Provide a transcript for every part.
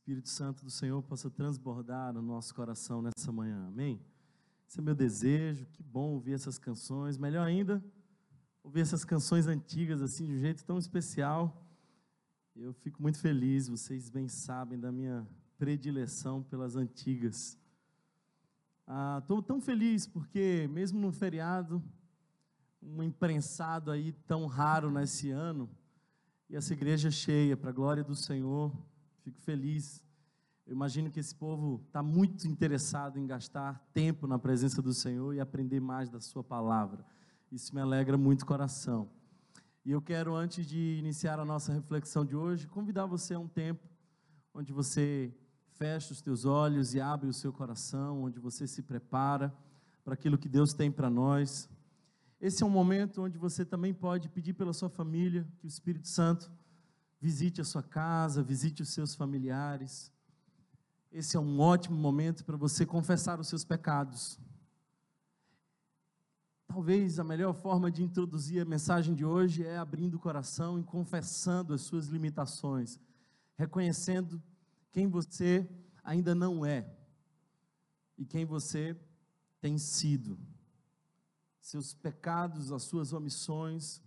Espírito Santo do Senhor possa transbordar no nosso coração nessa manhã, amém? Esse é meu desejo. Que bom ouvir essas canções, melhor ainda, ouvir essas canções antigas assim, de um jeito tão especial. Eu fico muito feliz, vocês bem sabem da minha predileção pelas antigas. Estou tão feliz porque mesmo num feriado, um imprensado aí tão raro nesse ano, e essa igreja cheia, para a glória do Senhor, fico feliz. Eu imagino que esse povo está muito interessado em gastar tempo na presença do Senhor e aprender mais da sua palavra. Isso me alegra muito o coração. E eu quero, antes de iniciar a nossa reflexão de hoje, convidar você a um tempo onde você fecha os teus olhos e abre o seu coração, onde você se prepara para aquilo que Deus tem para nós. Esse é um momento onde você também pode pedir pela sua família, que o Espírito Santo visite a sua casa, visite os seus familiares. Esse é um ótimo momento para você confessar os seus pecados. Talvez a melhor forma de introduzir a mensagem de hoje é abrindo o coração e confessando as suas limitações, reconhecendo quem você ainda não é e quem você tem sido. Seus pecados, as suas omissões.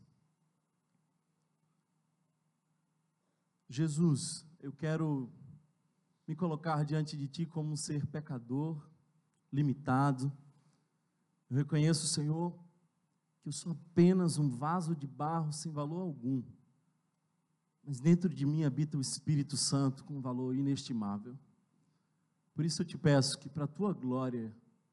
Jesus, eu quero me colocar diante de Ti como um ser pecador, limitado. Eu reconheço, Senhor, que eu sou apenas um vaso de barro sem valor algum, mas dentro de mim habita o Espírito Santo com valor inestimável. Por isso eu te peço que para a Tua glória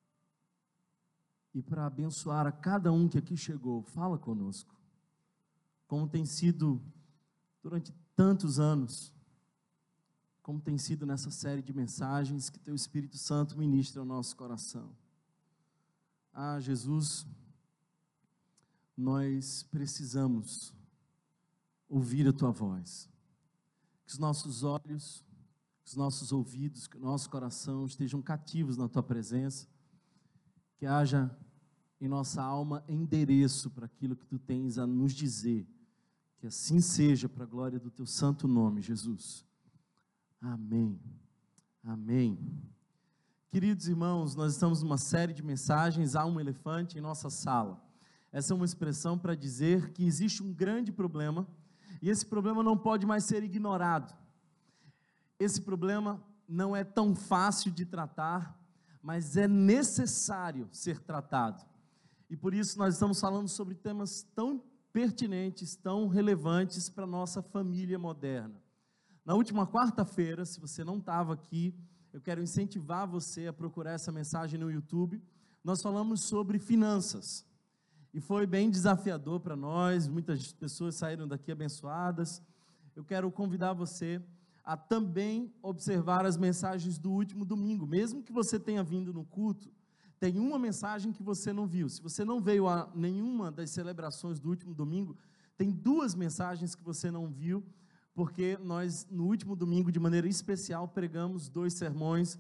e para abençoar a cada um que aqui chegou, fala conosco, como tem sido durante tantos anos, como tem sido nessa série de mensagens que Teu Espírito Santo ministra ao nosso coração. Jesus, nós precisamos ouvir a Tua voz, que os nossos olhos, que os nossos ouvidos, que o nosso coração estejam cativos na Tua presença, que haja em nossa alma endereço para aquilo que Tu tens a nos dizer, que assim seja para a glória do Teu santo nome, Jesus. Amém, amém. Queridos irmãos, nós estamos numa série de mensagens, há um elefante em nossa sala. Essa é uma expressão para dizer que existe um grande problema, e esse problema não pode mais ser ignorado. Esse problema não é tão fácil de tratar, mas é necessário ser tratado. E por isso nós estamos falando sobre temas tão pertinentes, tão relevantes para a nossa família moderna. Na última quarta-feira, se você não estava aqui, eu quero incentivar você a procurar essa mensagem no YouTube. Nós falamos sobre finanças. E foi bem desafiador para nós, muitas pessoas saíram daqui abençoadas. Eu quero convidar você a também observar as mensagens do último domingo. Mesmo que você tenha vindo no culto, tem uma mensagem que você não viu. Se você não veio a nenhuma das celebrações do último domingo, tem duas mensagens que você não viu, porque nós, no último domingo, de maneira especial, pregamos 2 sermões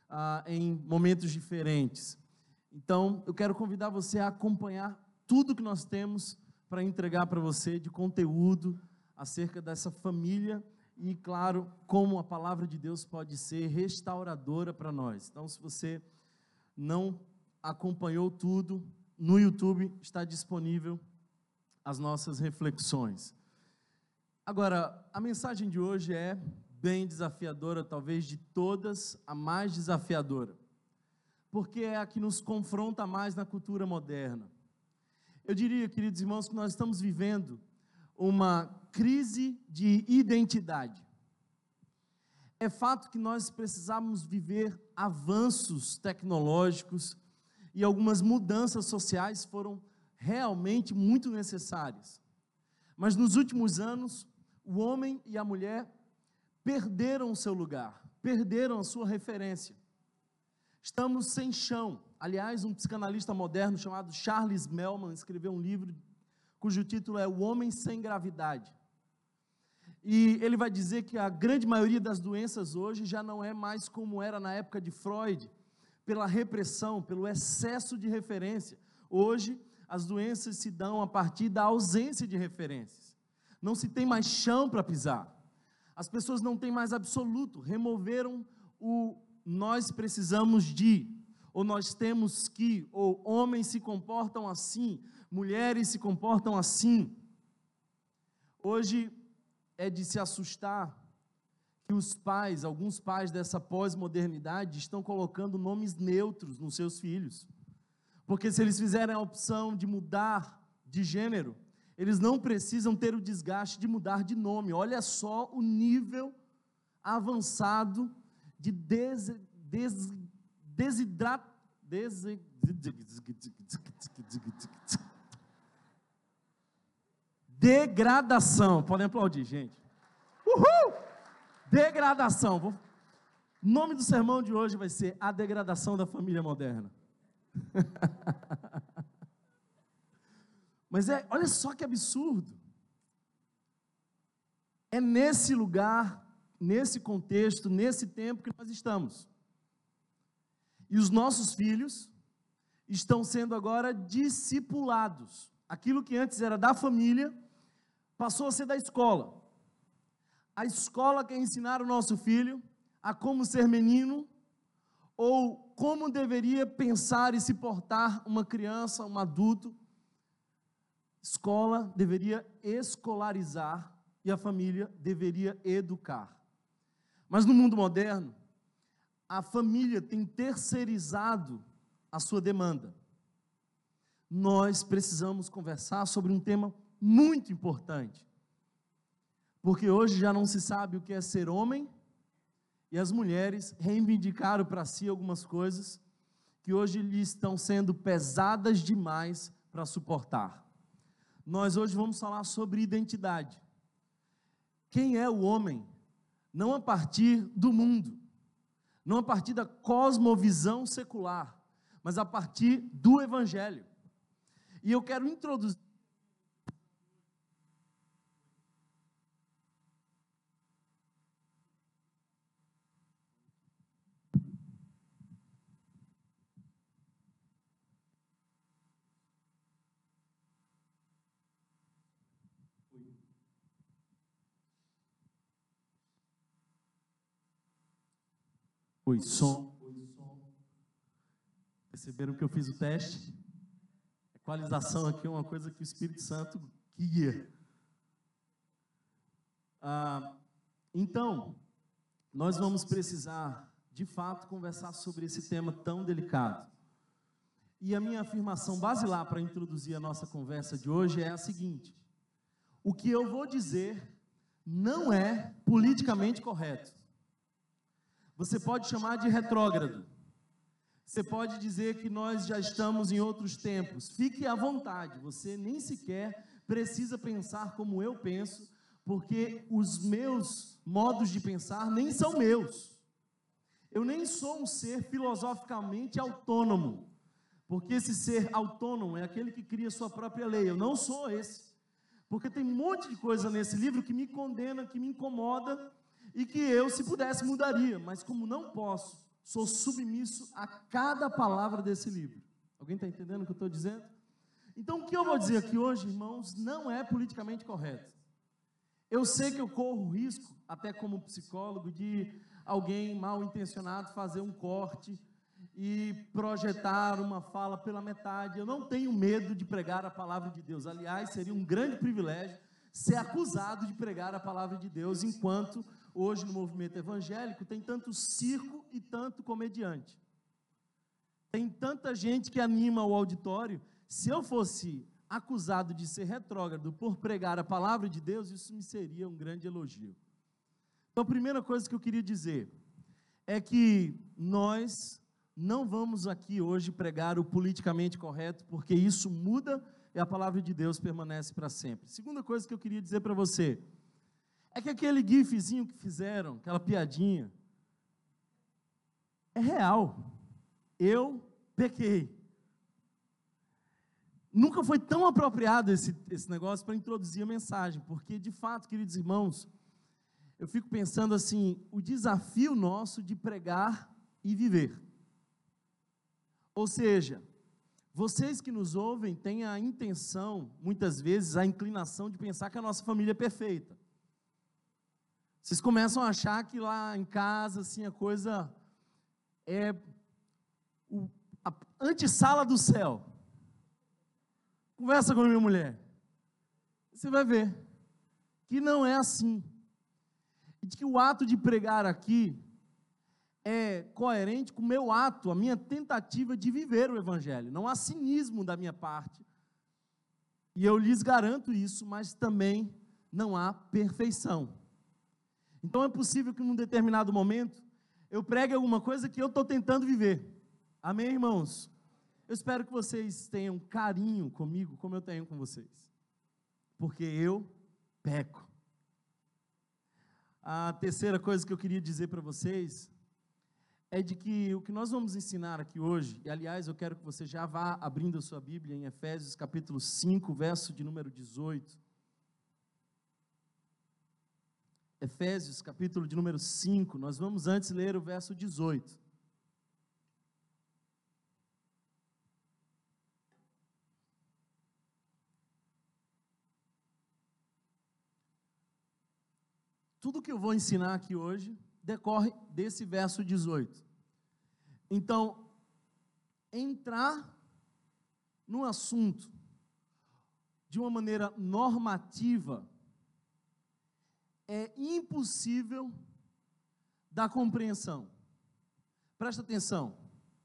em momentos diferentes. Então, eu quero convidar você a acompanhar tudo que nós temos para entregar para você de conteúdo acerca dessa família e, claro, como a palavra de Deus pode ser restauradora para nós. Então, se você não acompanhou tudo, no YouTube está disponível as nossas reflexões. Agora, a mensagem de hoje é bem desafiadora, talvez de todas, a mais desafiadora, porque é a que nos confronta mais na cultura moderna. Eu diria, queridos irmãos, que nós estamos vivendo uma crise de identidade. É fato que nós precisamos viver avanços tecnológicos e algumas mudanças sociais foram realmente muito necessárias. Mas nos últimos anos, o homem e a mulher perderam o seu lugar, perderam a sua referência. Estamos sem chão. Aliás, um psicanalista moderno chamado Charles Melman escreveu um livro cujo título é O Homem Sem Gravidade. E ele vai dizer que a grande maioria das doenças hoje já não é mais como era na época de Freud, pela repressão, pelo excesso de referência. Hoje, as doenças se dão a partir da ausência de referências. Não se tem mais chão para pisar. As pessoas não têm mais absoluto, removeram o nós precisamos de, ou nós temos que, ou homens se comportam assim, mulheres se comportam assim. Hoje é de se assustar que os pais, alguns pais dessa pós-modernidade, estão colocando nomes neutros nos seus filhos. Porque se eles fizerem a opção de mudar de gênero, eles não precisam ter o desgaste de mudar de nome. Olha só o nível avançado de degradação. Podem aplaudir, gente. Uhul! Degradação. O nome do sermão de hoje vai ser A Degradação da Família Moderna. Mas olha só que absurdo. É nesse lugar, nesse contexto, nesse tempo que nós estamos. E os nossos filhos estão sendo agora discipulados. Aquilo que antes era da família, passou a ser da escola. A escola quer ensinar o nosso filho a como ser menino, ou como deveria pensar e se portar uma criança, um adulto. Escola deveria escolarizar e a família deveria educar. Mas no mundo moderno, a família tem terceirizado a sua demanda. Nós precisamos conversar sobre um tema muito importante, porque hoje já não se sabe o que é ser homem, e as mulheres reivindicaram para si algumas coisas que hoje lhes estão sendo pesadas demais para suportar. Nós hoje vamos falar sobre identidade. Quem é o homem? Não a partir do mundo, não a partir da cosmovisão secular, mas a partir do Evangelho. E eu quero introduzir Oi, som. Perceberam que eu fiz o teste? Equalização aqui é uma coisa que o Espírito Santo guia. Então, nós vamos precisar, de fato, conversar sobre esse tema tão delicado. E a minha afirmação basilar para introduzir a nossa conversa de hoje é a seguinte: o que eu vou dizer não é politicamente correto. Você pode chamar de retrógrado. Você pode dizer que nós já estamos em outros tempos. Fique à vontade, você nem sequer precisa pensar como eu penso, porque os meus modos de pensar nem são meus. Eu nem sou um ser filosoficamente autônomo, porque esse ser autônomo é aquele que cria sua própria lei. Eu não sou esse, porque tem um monte de coisa nesse livro que me condena, que me incomoda, e que eu, se pudesse, mudaria, mas como não posso, sou submisso a cada palavra desse livro. Alguém está entendendo o que eu estou dizendo? Então, o que eu vou dizer aqui hoje, irmãos, não é politicamente correto. Eu sei que eu corro risco, até como psicólogo, de alguém mal intencionado fazer um corte e projetar uma fala pela metade. Eu não tenho medo de pregar a palavra de Deus. Aliás, seria um grande privilégio ser acusado de pregar a palavra de Deus, enquanto hoje no movimento evangélico tem tanto circo e tanto comediante. Tem tanta gente que anima o auditório. Se eu fosse acusado de ser retrógrado por pregar a palavra de Deus, isso me seria um grande elogio. Então, a primeira coisa que eu queria dizer é que nós não vamos aqui hoje pregar o politicamente correto, porque isso muda e a palavra de Deus permanece para sempre. Segunda coisa que eu queria dizer para você é que aquele gifzinho que fizeram, aquela piadinha, é real. Eu pequei. Nunca foi tão apropriado esse negócio para introduzir a mensagem, porque, de fato, queridos irmãos, eu fico pensando assim, o desafio nosso de pregar e viver. Ou seja, vocês que nos ouvem têm a intenção, muitas vezes, a inclinação de pensar que a nossa família é perfeita. Vocês começam a achar que lá em casa, assim, a coisa é a antessala do céu. Conversa com a minha mulher. Você vai ver que não é assim. E de que o ato de pregar aqui é coerente com o meu ato, a minha tentativa de viver o Evangelho. Não há cinismo da minha parte. E eu lhes garanto isso, mas também não há perfeição. Então é possível que num determinado momento eu pregue alguma coisa que eu estou tentando viver. Amém, irmãos? Eu espero que vocês tenham carinho comigo, como eu tenho com vocês. Porque eu peco. A terceira coisa que eu queria dizer para vocês é de que o que nós vamos ensinar aqui hoje, e aliás eu quero que você já vá abrindo a sua Bíblia em Efésios capítulo 5, verso de número 18. Efésios capítulo de número 5, nós vamos antes ler o verso 18. Tudo que eu vou ensinar aqui hoje decorre desse verso 18. Então, entrar no assunto de uma maneira normativa é impossível da compreensão. Presta atenção.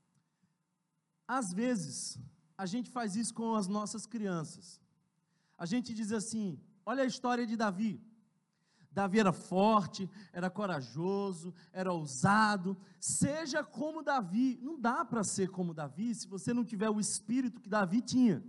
Às vezes, a gente faz isso com as nossas crianças. A gente diz assim: olha a história de Davi. Davi era forte, era corajoso, era ousado. Seja como Davi. Não dá para ser como Davi se você não tiver o espírito que Davi tinha.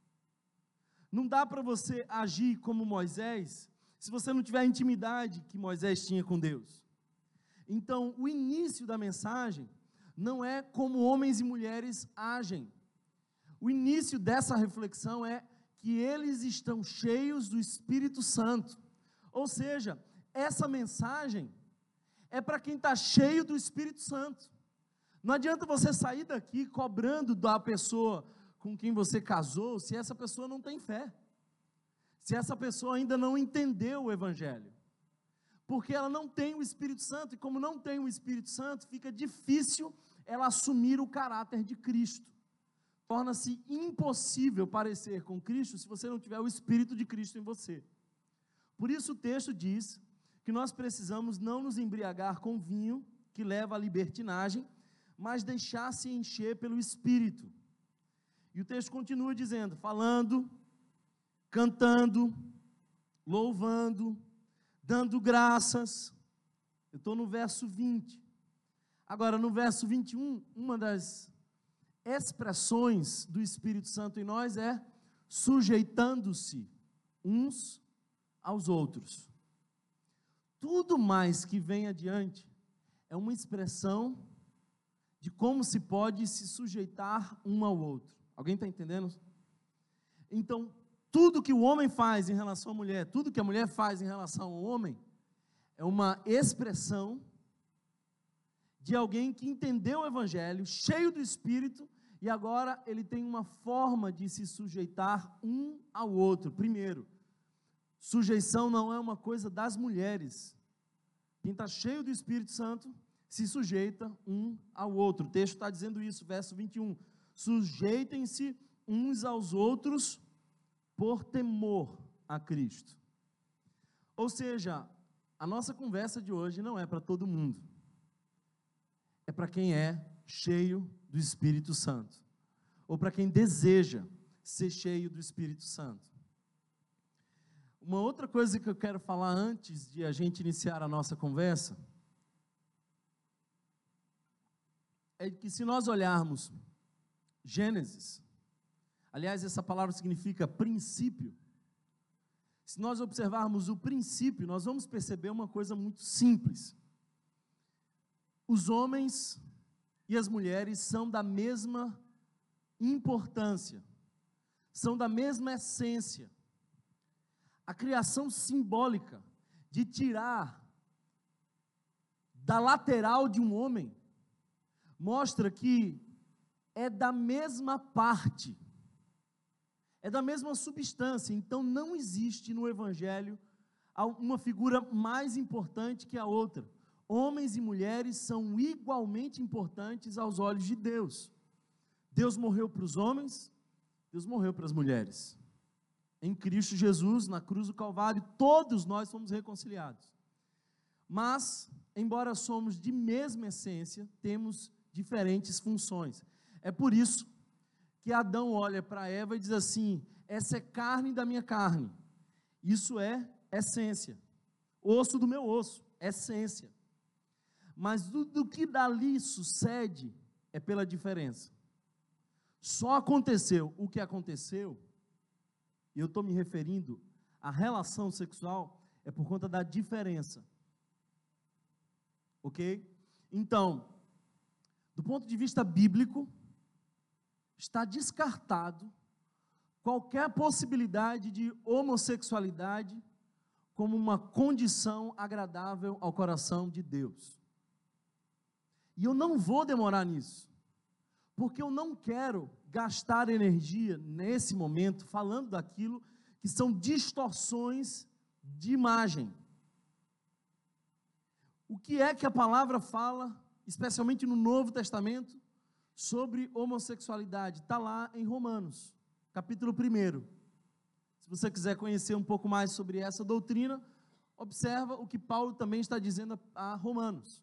Não dá para você agir como Moisés se você não tiver a intimidade que Moisés tinha com Deus. Então, o início da mensagem não é como homens e mulheres agem. O início dessa reflexão é que eles estão cheios do Espírito Santo. Ou seja, essa mensagem é para quem está cheio do Espírito Santo. Não adianta você sair daqui cobrando da pessoa com quem você casou, se essa pessoa não tem fé, se essa pessoa ainda não entendeu o Evangelho, porque ela não tem o Espírito Santo, e como não tem o Espírito Santo, fica difícil ela assumir o caráter de Cristo. Torna-se impossível parecer com Cristo se você não tiver o Espírito de Cristo em você. Por isso o texto diz que nós precisamos não nos embriagar com vinho, que leva à libertinagem, mas deixar-se encher pelo Espírito. E o texto continua dizendo, falando, cantando, louvando, dando graças. Eu estou no verso 20. Agora, no verso 21, uma das expressões do Espírito Santo em nós é sujeitando-se uns aos outros. Tudo mais que vem adiante é uma expressão de como se pode se sujeitar um ao outro. Alguém está entendendo? Então, tudo que o homem faz em relação à mulher, tudo que a mulher faz em relação ao homem, é uma expressão de alguém que entendeu o Evangelho, cheio do Espírito, e agora ele tem uma forma de se sujeitar um ao outro. Primeiro, sujeição não é uma coisa das mulheres. Quem está cheio do Espírito Santo se sujeita um ao outro. O texto está dizendo isso, verso 21. Sujeitem-se uns aos outros por temor a Cristo. Ou seja, a nossa conversa de hoje não é para todo mundo. É para quem é cheio do Espírito Santo. Ou para quem deseja ser cheio do Espírito Santo. Uma outra coisa que eu quero falar antes de a gente iniciar a nossa conversa é que se nós olharmos Gênesis, aliás, essa palavra significa princípio. Se nós observarmos o princípio, nós vamos perceber uma coisa muito simples. Os homens e as mulheres são da mesma importância, são da mesma essência. A criação simbólica de tirar da lateral de um homem mostra que é da mesma parte, é da mesma substância. Então não existe no Evangelho uma figura mais importante que a outra. Homens e mulheres são igualmente importantes aos olhos de Deus. Deus morreu para os homens, Deus morreu para as mulheres. Em Cristo Jesus, na cruz do Calvário, todos nós fomos reconciliados. Mas, embora somos de mesma essência, temos diferentes funções. É por isso que Adão olha para Eva e diz assim: essa é carne da minha carne. Isso é essência. Osso do meu osso, essência. Mas do que dali sucede é pela diferença. Só aconteceu o que aconteceu, e eu estou me referindo à relação sexual, é por conta da diferença. Ok? Então, do ponto de vista bíblico, está descartado qualquer possibilidade de homossexualidade como uma condição agradável ao coração de Deus. E eu não vou demorar nisso, porque eu não quero gastar energia nesse momento falando daquilo que são distorções de imagem. O que é que a palavra fala, especialmente no Novo Testamento, sobre homossexualidade? Está lá em Romanos, capítulo 1. Se você quiser conhecer um pouco mais sobre essa doutrina, observa o que Paulo também está dizendo a Romanos.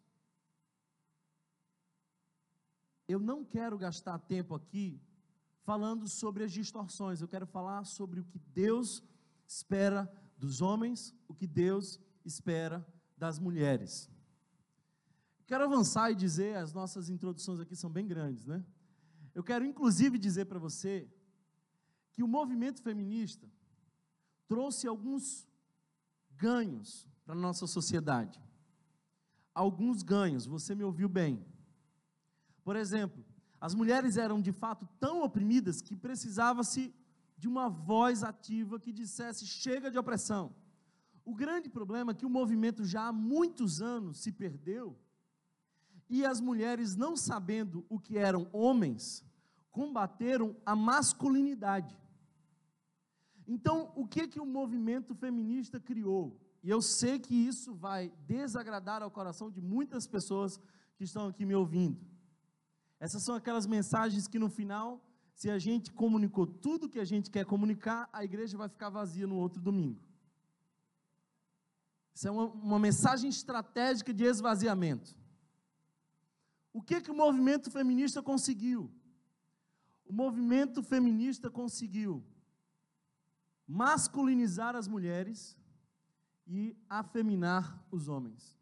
Eu não quero gastar tempo aqui falando sobre as distorções, eu quero falar sobre o que Deus espera dos homens, o que Deus espera das mulheres. Quero avançar e dizer, as nossas introduções aqui são bem grandes, né? Eu quero inclusive dizer para você que o movimento feminista trouxe alguns ganhos para a nossa sociedade. Alguns ganhos, você me ouviu bem. Por exemplo, as mulheres eram de fato tão oprimidas que precisava-se de uma voz ativa que dissesse: chega de opressão. O grande problema é que o movimento já há muitos anos se perdeu, e as mulheres, não sabendo o que eram homens, combateram a masculinidade. Então, o que o movimento feminista criou? E eu sei que isso vai desagradar ao coração de muitas pessoas que estão aqui me ouvindo. Essas são aquelas mensagens que no final, se a gente comunicou tudo que a gente quer comunicar, a igreja vai ficar vazia no outro domingo. Isso é uma mensagem estratégica de esvaziamento. O que o movimento feminista conseguiu? O movimento feminista conseguiu masculinizar as mulheres e afeminar os homens.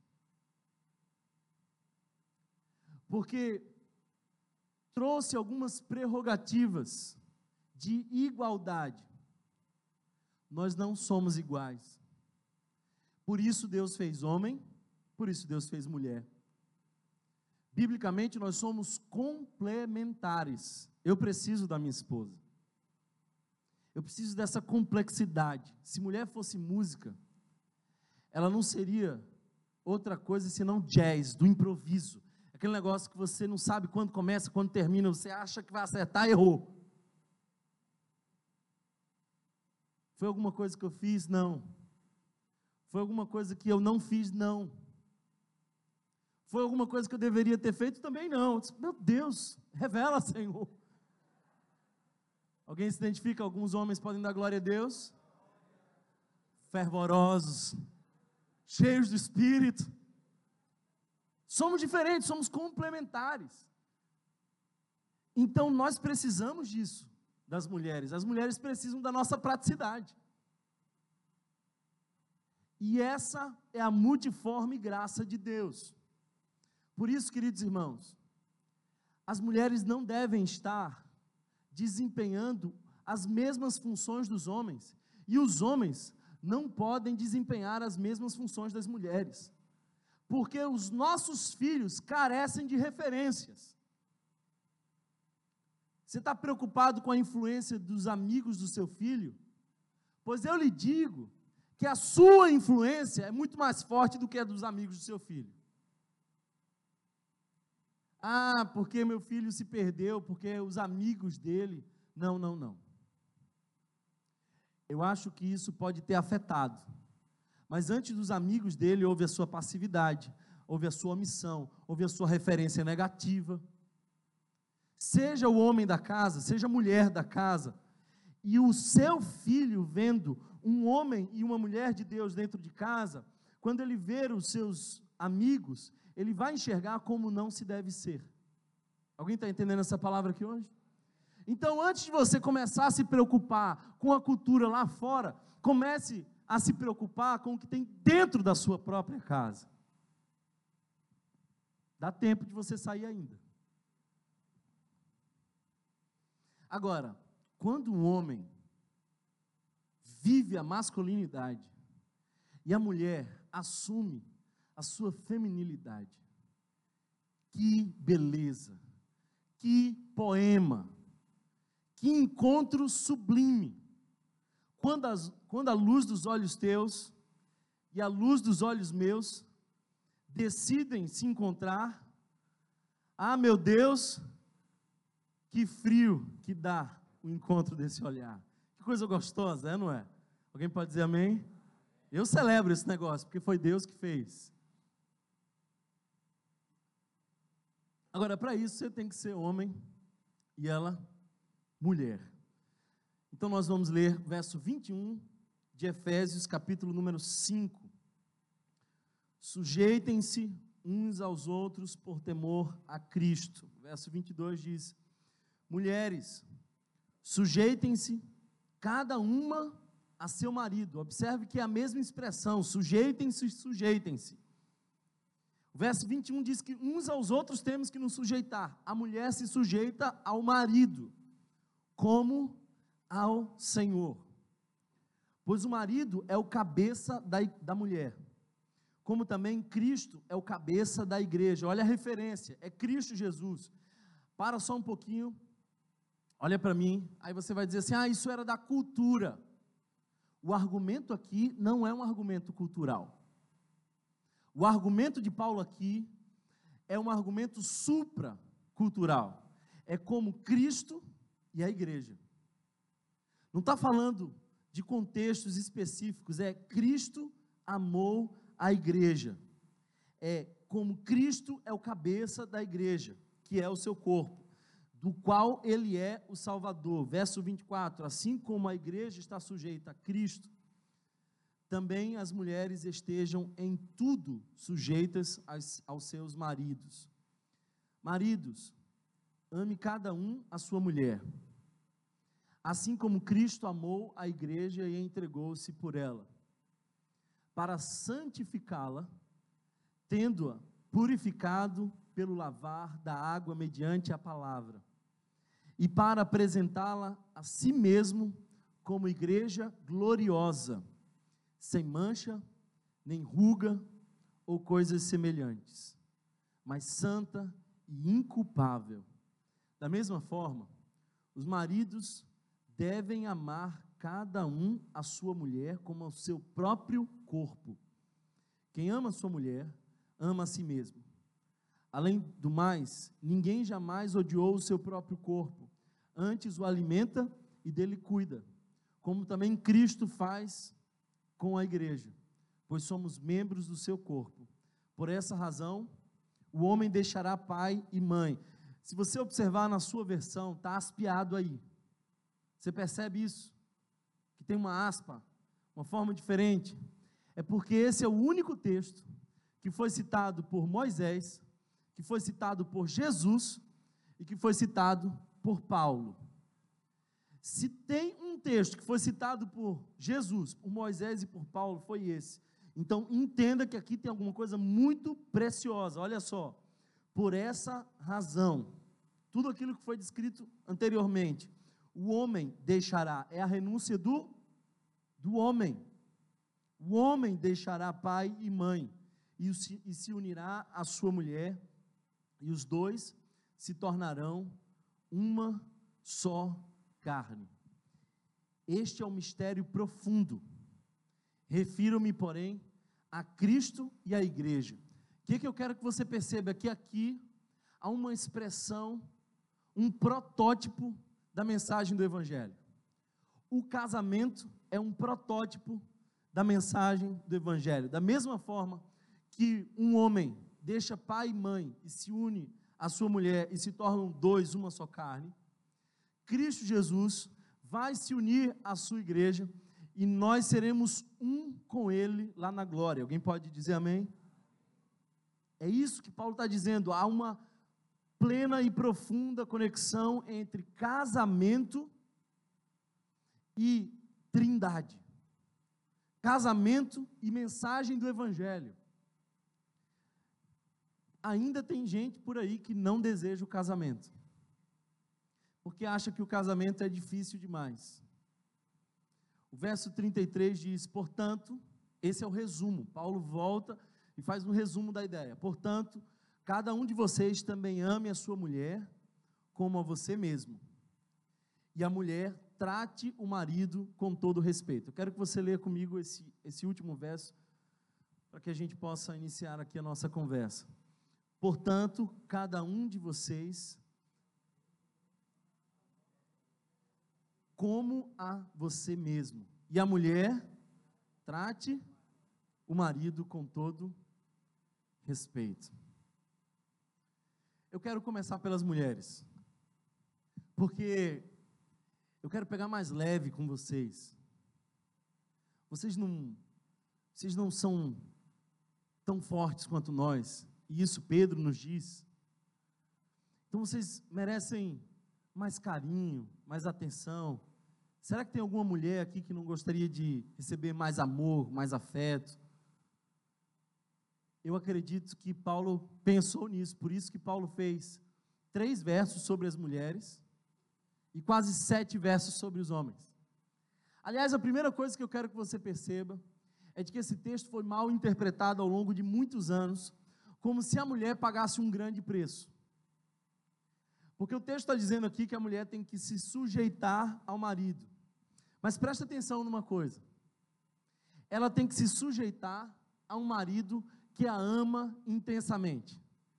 Porque trouxe algumas prerrogativas de igualdade. Nós não somos iguais. Por isso Deus fez homem, por isso Deus fez mulher. Biblicamente nós somos complementares. Eu preciso da minha esposa. Eu preciso dessa complexidade. Se mulher fosse música, ela não seria outra coisa senão jazz, do improviso. Aquele negócio que você não sabe quando começa, quando termina, você acha que vai acertar, errou. Foi alguma coisa que eu fiz? Não. Foi alguma coisa que eu não fiz? Não. Foi alguma coisa que eu deveria ter feito? Também não. Eu disse, meu Deus, revela, Senhor. Alguém se identifica? Alguns homens podem dar glória a Deus? Fervorosos, cheios do Espírito. Somos diferentes, somos complementares. Então nós precisamos disso, das mulheres. As mulheres precisam da nossa praticidade. E essa é a multiforme graça de Deus. Por isso, queridos irmãos, as mulheres não devem estar desempenhando as mesmas funções dos homens, e os homens não podem desempenhar as mesmas funções das mulheres, porque os nossos filhos carecem de referências. Você está preocupado com a influência dos amigos do seu filho? Pois eu lhe digo que a sua influência é muito mais forte do que a dos amigos do seu filho. Ah, porque meu filho se perdeu, porque os amigos dele... Não, não, não. Eu acho que isso pode ter afetado, Mas antes dos amigos dele, houve a sua passividade, houve a sua omissão, houve a sua referência negativa. Seja o homem da casa, seja a mulher da casa, e o seu filho vendo um homem e uma mulher de Deus dentro de casa, quando ele ver os seus amigos, ele vai enxergar como não se deve ser. Alguém está entendendo essa palavra aqui hoje? Então, antes de você começar a se preocupar com a cultura lá fora, comece a se preocupar com o que tem dentro da sua própria casa. Dá tempo de você sair ainda. Agora, quando um homem vive a masculinidade e a mulher assume a sua feminilidade, que beleza, que poema, que encontro sublime. Quando a luz dos olhos teus e a luz dos olhos meus decidem se encontrar, ah, meu Deus, que frio que dá o encontro desse olhar. Que coisa gostosa, não é? Alguém pode dizer amém? Eu celebro esse negócio, porque foi Deus que fez. Agora, para isso, você tem que ser homem e ela mulher. Então, nós vamos ler verso 21 de Efésios, capítulo número 5. Sujeitem-se uns aos outros por temor a Cristo. Verso 22 diz: mulheres, sujeitem-se cada uma a seu marido. Observe que é a mesma expressão, sujeitem-se, sujeitem-se. O verso 21 diz que uns aos outros temos que nos sujeitar. A mulher se sujeita ao marido, como ao Senhor. Pois o marido é o cabeça da mulher, como também Cristo é o cabeça da igreja. Olha a referência, é Cristo Jesus. Para só um pouquinho, olha para mim, aí você vai dizer assim, ah, isso era da cultura. O argumento aqui não é um argumento cultural. O argumento de Paulo aqui é um argumento supracultural. É como Cristo e a igreja. Não está falando de contextos específicos, é Cristo amou a igreja. É como Cristo é o cabeça da igreja, que é o seu corpo, do qual ele é o Salvador. Verso 24, assim como a igreja está sujeita a Cristo, também as mulheres estejam em tudo sujeitas aos seus maridos. Maridos, ame cada um a sua mulher, assim como Cristo amou a igreja e entregou-se por ela, para santificá-la, tendo-a purificado pelo lavar da água mediante a palavra, e para apresentá-la a si mesmo como igreja gloriosa, sem mancha, nem ruga ou coisas semelhantes, mas santa e inculpável. Da mesma forma, os maridos devem amar cada um a sua mulher como ao seu próprio corpo. Quem ama a sua mulher, ama a si mesmo. Além do mais, ninguém jamais odiou o seu próprio corpo, antes o alimenta e dele cuida, como também Cristo faz com a igreja, pois somos membros do seu corpo. Por essa razão, o homem deixará pai e mãe. Se você observar na sua versão, está aspeado aí. Você percebe isso? Que tem uma aspa, uma forma diferente. É porque esse é o único texto que foi citado por Moisés, que foi citado por Jesus e que foi citado por Paulo. Se tem um texto que foi citado por Jesus, por Moisés e por Paulo, foi esse. Então, entenda que aqui tem alguma coisa muito preciosa. Olha só, por essa razão, tudo aquilo que foi descrito anteriormente, o homem deixará, é a renúncia do homem. O homem deixará pai e mãe, e se unirá à sua mulher, e os dois se tornarão uma só carne. Este é um mistério profundo. Refiro-me, porém, a Cristo e à igreja. O que eu quero que você perceba? É que aqui há uma expressão, um protótipo da mensagem do Evangelho. O casamento é um protótipo da mensagem do Evangelho. Da mesma forma que um homem deixa pai e mãe e se une à sua mulher e se tornam dois, uma só carne, Cristo Jesus vai se unir à sua igreja e nós seremos um com Ele lá na glória. Alguém pode dizer amém? É isso que Paulo está dizendo. Há uma plena e profunda conexão entre casamento e trindade. Casamento e mensagem do Evangelho. Ainda tem gente por aí que não deseja o casamento, porque acha que o casamento é difícil demais. O verso 33 diz, portanto, esse é o resumo, Paulo volta e faz um resumo da ideia, portanto, cada um de vocês também ame a sua mulher como a você mesmo, e a mulher trate o marido com todo respeito. Eu quero que você leia comigo esse último verso, para que a gente possa iniciar aqui a nossa conversa. Portanto, cada um de vocês como a você mesmo, e a mulher trate o marido com todo respeito. Eu quero começar pelas mulheres, porque eu quero pegar mais leve com vocês. Vocês não são tão fortes quanto nós, e isso Pedro nos diz. Então vocês merecem mais carinho, mais atenção. Será que tem alguma mulher aqui que não gostaria de receber mais amor, mais afeto? Eu acredito que Paulo pensou nisso, por isso que Paulo fez 3 versos sobre as mulheres e quase 7 versos sobre os homens. Aliás, a primeira coisa que eu quero que você perceba é de que esse texto foi mal interpretado ao longo de muitos anos, como se a mulher pagasse um grande preço. Porque o texto está dizendo aqui que a mulher tem que se sujeitar ao marido. Mas presta atenção numa coisa. Ela tem que se sujeitar a um marido que a ama intensamente.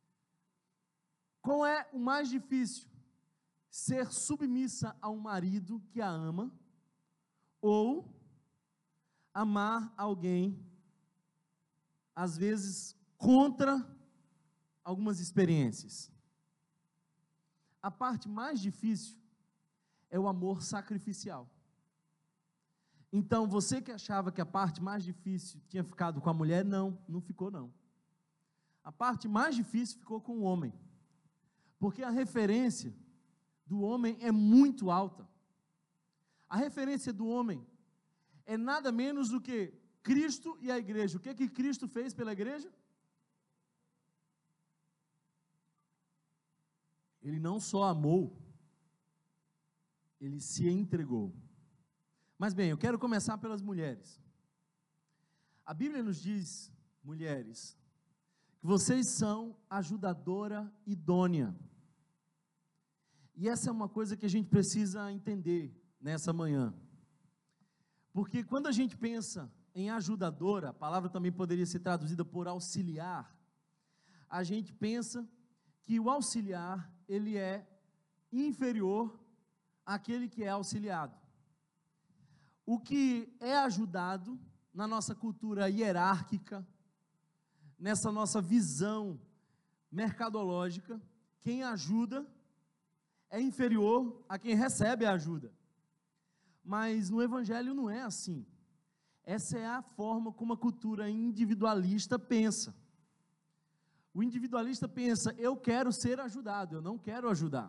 Qual é o mais difícil? Ser submissa a um marido que a ama, ou amar alguém, às vezes contra algumas experiências. A parte mais difícil é o amor sacrificial. Então, você que achava que a parte mais difícil tinha ficado com a mulher, não ficou não. A parte mais difícil ficou com o homem, porque a referência do homem é muito alta. A referência do homem é nada menos do que Cristo e a igreja. O que Cristo fez pela igreja? Ele não só amou, ele se entregou. Mas bem, eu quero começar pelas mulheres. A Bíblia nos diz, mulheres, que vocês são ajudadora idônea. E essa é uma coisa que a gente precisa entender nessa manhã. Porque quando a gente pensa em ajudadora, a palavra também poderia ser traduzida por auxiliar, a gente pensa que o auxiliar, ele é inferior àquele que é auxiliado. O que é ajudado na nossa cultura hierárquica, nessa nossa visão mercadológica, quem ajuda é inferior a quem recebe a ajuda. Mas no Evangelho não é assim. Essa é a forma como a cultura individualista pensa. O individualista pensa, eu quero ser ajudado, eu não quero ajudar.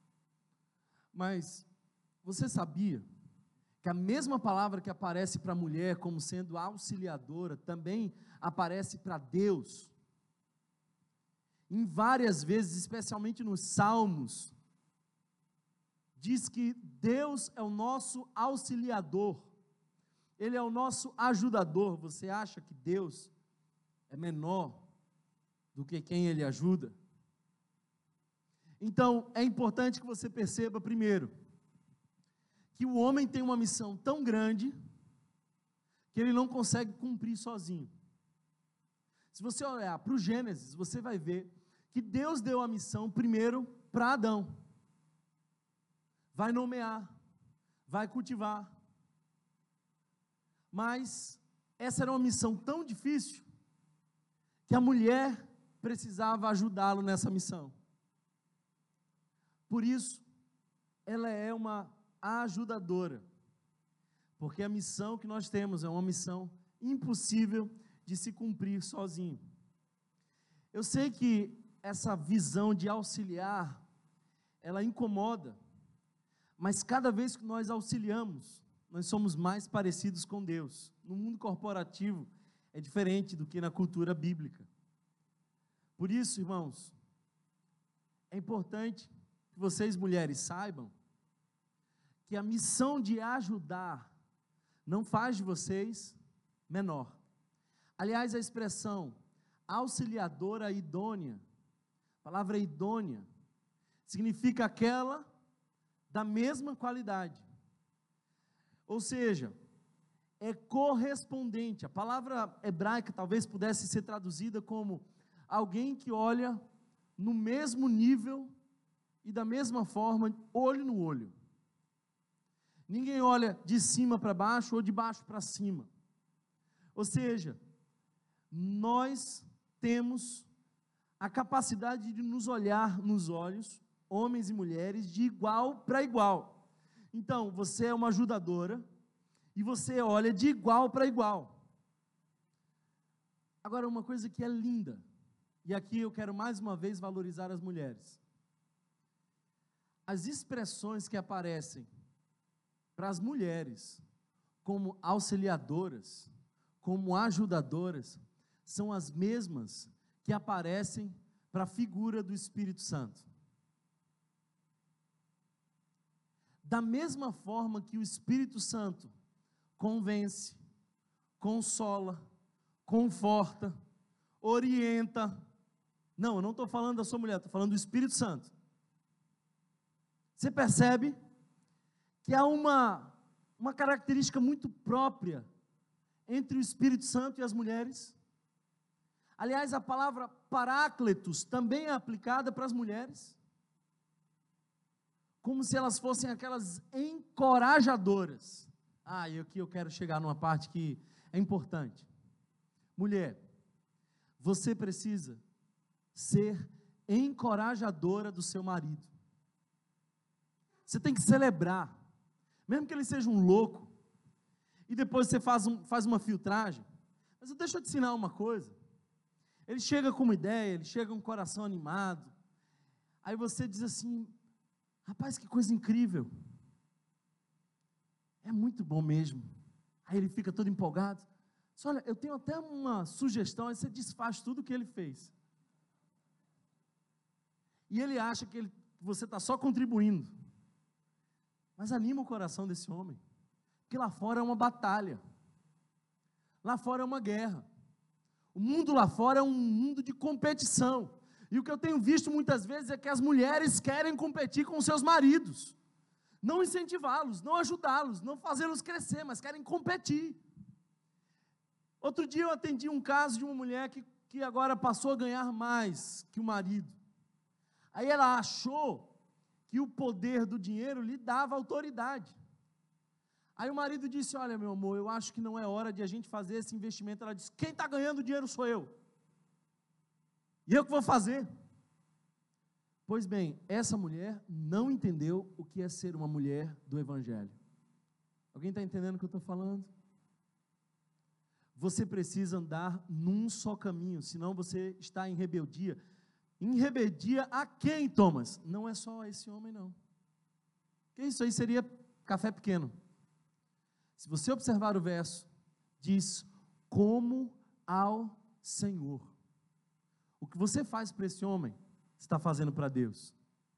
Mas você sabia que a mesma palavra que aparece para a mulher como sendo auxiliadora, também aparece para Deus? Em várias vezes, especialmente nos Salmos, diz que Deus é o nosso auxiliador, Ele é o nosso ajudador. Você acha que Deus é menor do que quem Ele ajuda? Então, é importante que você perceba, primeiro, que o homem tem uma missão tão grande, que ele não consegue cumprir sozinho. Se você olhar para o Gênesis, você vai ver que Deus deu a missão primeiro para Adão. Vai nomear, vai cultivar. Mas essa era uma missão tão difícil, que a mulher precisava ajudá-lo nessa missão. Por isso, ela é uma ajudadora, porque a missão que nós temos é uma missão impossível de se cumprir sozinho. Eu sei que essa visão de auxiliar, ela incomoda, mas cada vez que nós auxiliamos, nós somos mais parecidos com Deus. No mundo corporativo é diferente do que na cultura bíblica. Por isso, irmãos, é importante que vocês, mulheres, saibam que a missão de ajudar não faz de vocês menor. Aliás, a expressão auxiliadora idônea, a palavra idônea, significa aquela da mesma qualidade. Ou seja, é correspondente. A palavra hebraica talvez pudesse ser traduzida como alguém que olha no mesmo nível e da mesma forma, olho no olho. Ninguém olha de cima para baixo ou de baixo para cima. Ou seja, nós temos a capacidade de nos olhar nos olhos, homens e mulheres, de igual para igual. Então, você é uma ajudadora e você olha de igual para igual. Agora, uma coisa que é linda, e aqui eu quero mais uma vez valorizar as mulheres. As expressões que aparecem para as mulheres como auxiliadoras, como ajudadoras, são as mesmas que aparecem para a figura do Espírito Santo. Da mesma forma que o Espírito Santo convence, consola, conforta, orienta. Não, eu não estou falando da sua mulher, estou falando do Espírito Santo. Você percebe que há uma característica muito própria entre o Espírito Santo e as mulheres? Aliás, a palavra parácletos também é aplicada para as mulheres, como se elas fossem aquelas encorajadoras. E aqui eu quero chegar numa parte que é importante. Mulher, você precisa ser encorajadora do seu marido. Você tem que celebrar, mesmo que ele seja um louco, e depois você faz uma filtragem. Mas deixa eu te ensinar uma coisa. Ele chega com uma ideia, ele chega com um coração animado, aí você diz assim: rapaz, que coisa incrível, é muito bom mesmo. Aí ele fica todo empolgado. Diz: olha, eu tenho até uma sugestão. Aí você desfaz tudo o que ele fez, e ele acha que você está só contribuindo, mas anima o coração desse homem, porque lá fora é uma batalha, lá fora é uma guerra, o mundo lá fora é um mundo de competição. E o que eu tenho visto muitas vezes é que as mulheres querem competir com seus maridos, não incentivá-los, não ajudá-los, não fazê-los crescer, mas querem competir. Outro dia eu atendi um caso de uma mulher que agora passou a ganhar mais que o marido. Aí ela achou que o poder do dinheiro lhe dava autoridade. Aí o marido disse: olha, meu amor, eu acho que não é hora de a gente fazer esse investimento. Ela disse: quem está ganhando dinheiro sou eu. E eu que vou fazer. Pois bem, essa mulher não entendeu o que é ser uma mulher do Evangelho. Alguém está entendendo o que eu estou falando? Você precisa andar num só caminho, senão você está em rebeldia. Em rebeldia a quem, Thomas? Não é só esse homem, não. Porque isso aí seria café pequeno. Se você observar o verso, diz: como ao Senhor. O que você faz para esse homem, você está fazendo para Deus.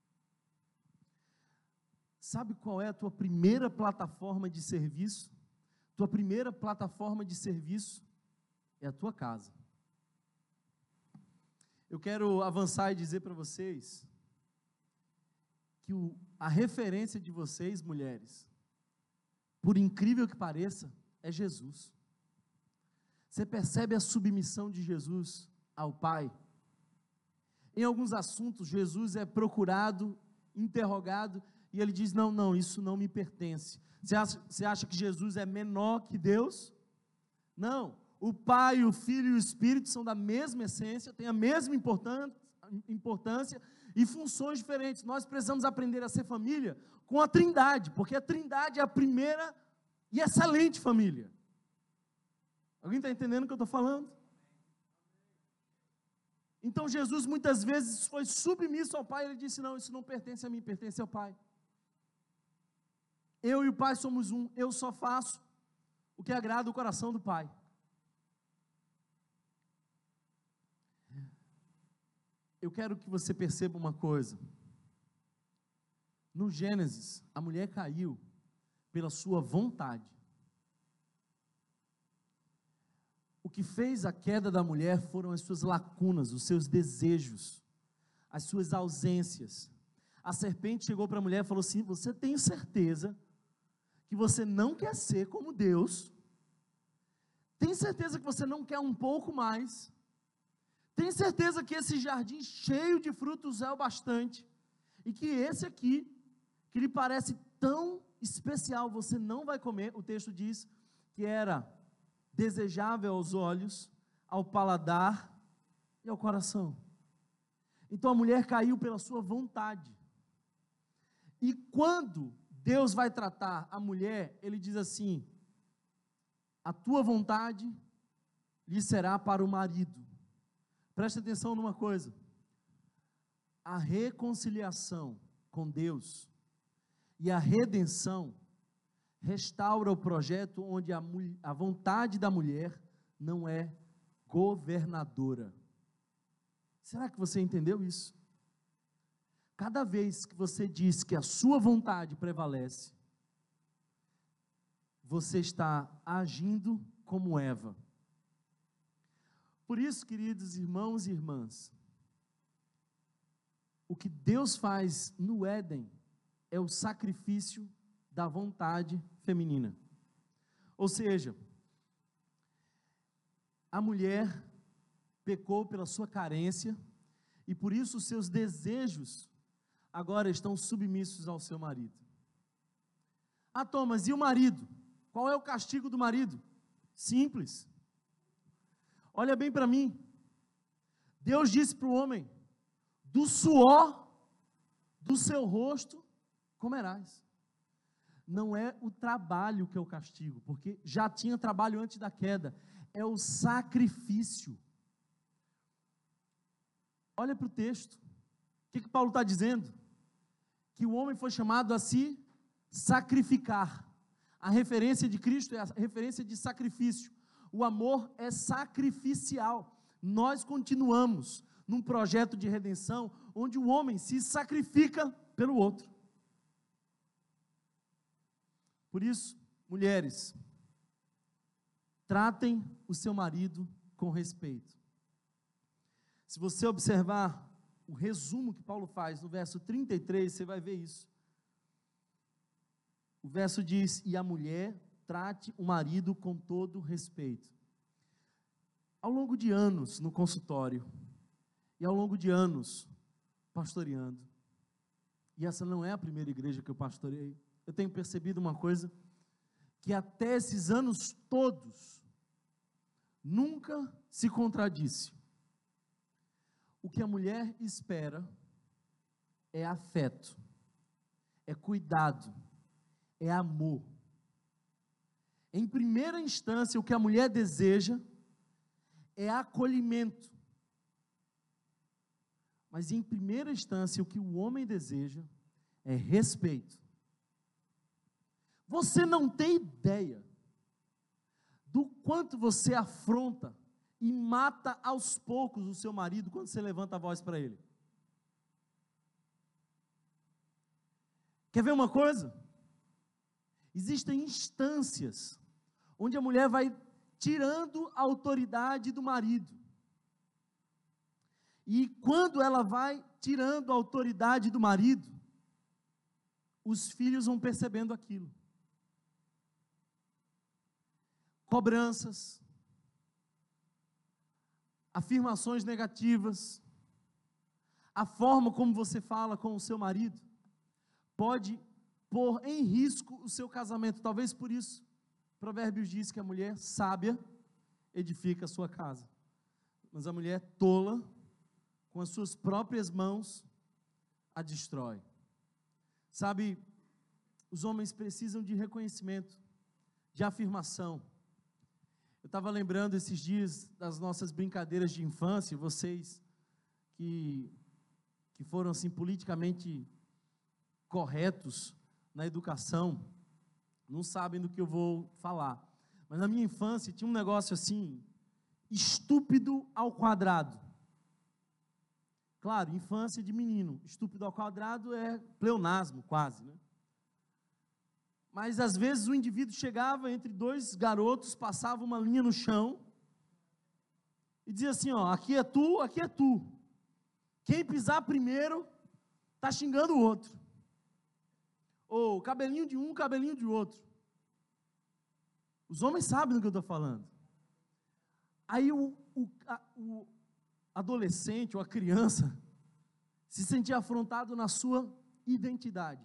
Sabe qual é a tua primeira plataforma de serviço? Tua primeira plataforma de serviço é a tua casa. Eu quero avançar e dizer para vocês que a referência de vocês, mulheres, por incrível que pareça, é Jesus. Você percebe a submissão de Jesus ao Pai? Em alguns assuntos, Jesus é procurado, interrogado, e ele diz: não, isso não me pertence. Você acha que Jesus é menor que Deus? Não, o Pai, o Filho e o Espírito são da mesma essência, têm a mesma importância e funções diferentes. Nós precisamos aprender a ser família com a Trindade, porque a Trindade é a primeira e excelente família. Alguém está entendendo o que eu estou falando? Então Jesus muitas vezes foi submisso ao Pai, ele disse, não, isso não pertence a mim, pertence ao Pai. Eu e o Pai somos um, eu só faço o que agrada o coração do Pai. Eu quero que você perceba uma coisa. No Gênesis, a mulher caiu pela sua vontade. O que fez a queda da mulher foram as suas lacunas, os seus desejos, as suas ausências. A serpente chegou para a mulher e falou assim, você tem certeza que você não quer ser como Deus? Tem certeza que você não quer um pouco mais? Tem certeza que esse jardim cheio de frutos é o bastante? E que esse aqui, que lhe parece tão especial, você não vai comer? O texto diz que era desejável aos olhos, ao paladar e ao coração. Então a mulher caiu pela sua vontade. E quando Deus vai tratar a mulher, ele diz assim, a tua vontade lhe será para o marido. Preste atenção numa coisa, a reconciliação com Deus e a redenção restaura o projeto onde a vontade da mulher não é governadora. Será que você entendeu isso? Cada vez que você diz que a sua vontade prevalece, você está agindo como Eva. Por isso, queridos irmãos e irmãs, o que Deus faz no Éden é o sacrifício da vontade feminina. Ou seja, a mulher pecou pela sua carência e por isso os seus desejos agora estão submissos ao seu marido. Ah, Thomas, e o marido? Qual é o castigo do marido? Simples. Olha bem para mim. Deus disse para o homem, do suor do seu rosto comerás. Não é o trabalho que é o castigo, porque já tinha trabalho antes da queda, é o sacrifício. Olha para o texto, o que Paulo está dizendo? Que o homem foi chamado a se sacrificar. A referência de Cristo é a referência de sacrifício. O amor é sacrificial. Nós continuamos num projeto de redenção, onde o homem se sacrifica pelo outro. Por isso, mulheres, tratem o seu marido com respeito. Se você observar o resumo que Paulo faz no verso 33, você vai ver isso. O verso diz, e a mulher trate o marido com todo respeito. Ao longo de anos no consultório, e ao longo de anos pastoreando, e essa não é a primeira igreja que eu pastorei, eu tenho percebido uma coisa, que até esses anos todos, nunca se contradisse. O que a mulher espera é afeto, é cuidado, é amor. Em primeira instância, o que a mulher deseja é acolhimento. Mas em primeira instância, o que o homem deseja é respeito. Você não tem ideia do quanto você afronta e mata aos poucos o seu marido quando você levanta a voz para ele. Quer ver uma coisa? Existem instâncias onde a mulher vai tirando a autoridade do marido. E quando ela vai tirando a autoridade do marido, os filhos vão percebendo aquilo. Cobranças, afirmações negativas, a forma como você fala com o seu marido, pode pôr em risco o seu casamento. Talvez por isso, Provérbios diz que a mulher sábia edifica a sua casa. Mas a mulher tola, com as suas próprias mãos, a destrói. Sabe, os homens precisam de reconhecimento, de afirmação. Eu estava lembrando esses dias das nossas brincadeiras de infância, vocês que foram assim politicamente corretos na educação, não sabem do que eu vou falar. Mas na minha infância tinha um negócio assim, estúpido ao quadrado. Claro, infância de menino, estúpido ao quadrado é pleonasmo quase, né? Mas às vezes o indivíduo chegava entre dois garotos, passava uma linha no chão e dizia assim, ó, aqui é tu, aqui é tu. Quem pisar primeiro está xingando o outro. Ou cabelinho de um, cabelinho de outro. Os homens sabem do que eu estou falando. Aí o adolescente ou a criança se sentia afrontado na sua identidade.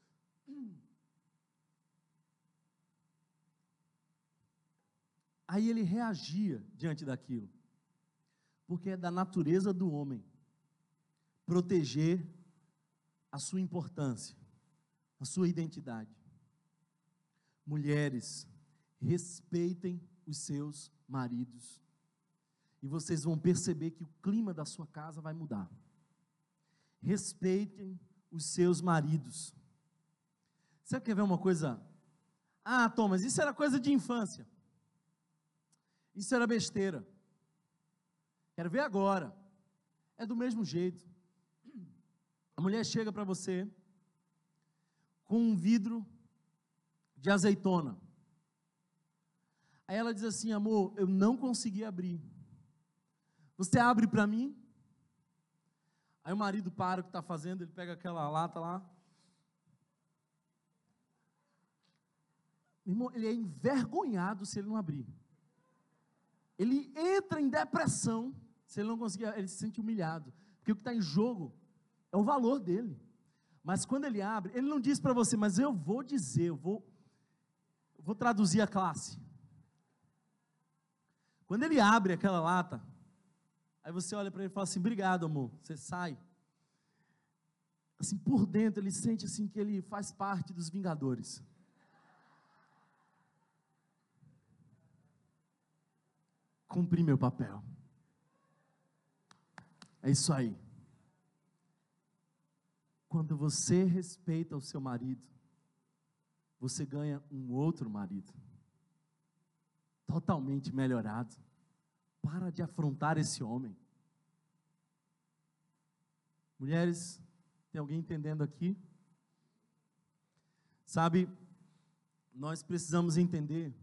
Aí ele reagia diante daquilo, porque é da natureza do homem proteger a sua importância, a sua identidade. Mulheres, respeitem os seus maridos, e vocês vão perceber que o clima da sua casa vai mudar. Respeitem os seus maridos. Você quer ver uma coisa? Ah, Tom, mas isso era coisa de infância. Isso era besteira. Quero ver agora. É do mesmo jeito. A mulher chega para você com um vidro de azeitona. Aí ela diz assim, amor, eu não consegui abrir. Você abre para mim? Aí o marido para o que está fazendo, ele pega aquela lata lá. Meu irmão, ele é envergonhado se ele não abrir. Ele entra em depressão se ele não conseguir, ele se sente humilhado, porque o que está em jogo é o valor dele. Mas quando ele abre, ele não diz para você, mas eu vou dizer, eu vou traduzir a classe. Quando ele abre aquela lata, aí você olha para ele e fala assim, obrigado amor, você sai. Assim, por dentro ele sente assim que ele faz parte dos Vingadores. Cumpri meu papel. É isso aí. Quando você respeita o seu marido, você ganha um outro marido, totalmente melhorado. Para de afrontar esse homem. Mulheres, tem alguém entendendo aqui? Sabe, nós precisamos entender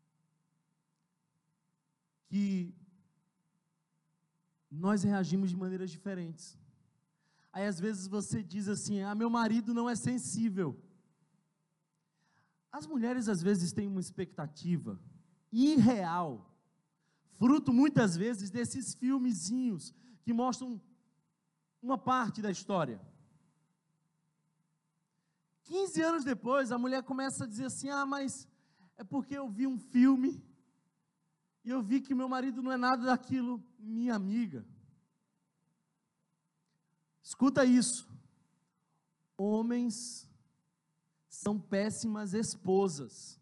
que nós reagimos de maneiras diferentes. Aí às vezes você diz assim, meu marido não é sensível. As mulheres às vezes têm uma expectativa irreal, fruto muitas vezes desses filmezinhos que mostram uma parte da história. 15 anos depois a mulher começa a dizer assim, mas é porque eu vi um filme e eu vi que meu marido não é nada daquilo, minha amiga. Escuta isso. Homens são péssimas esposas.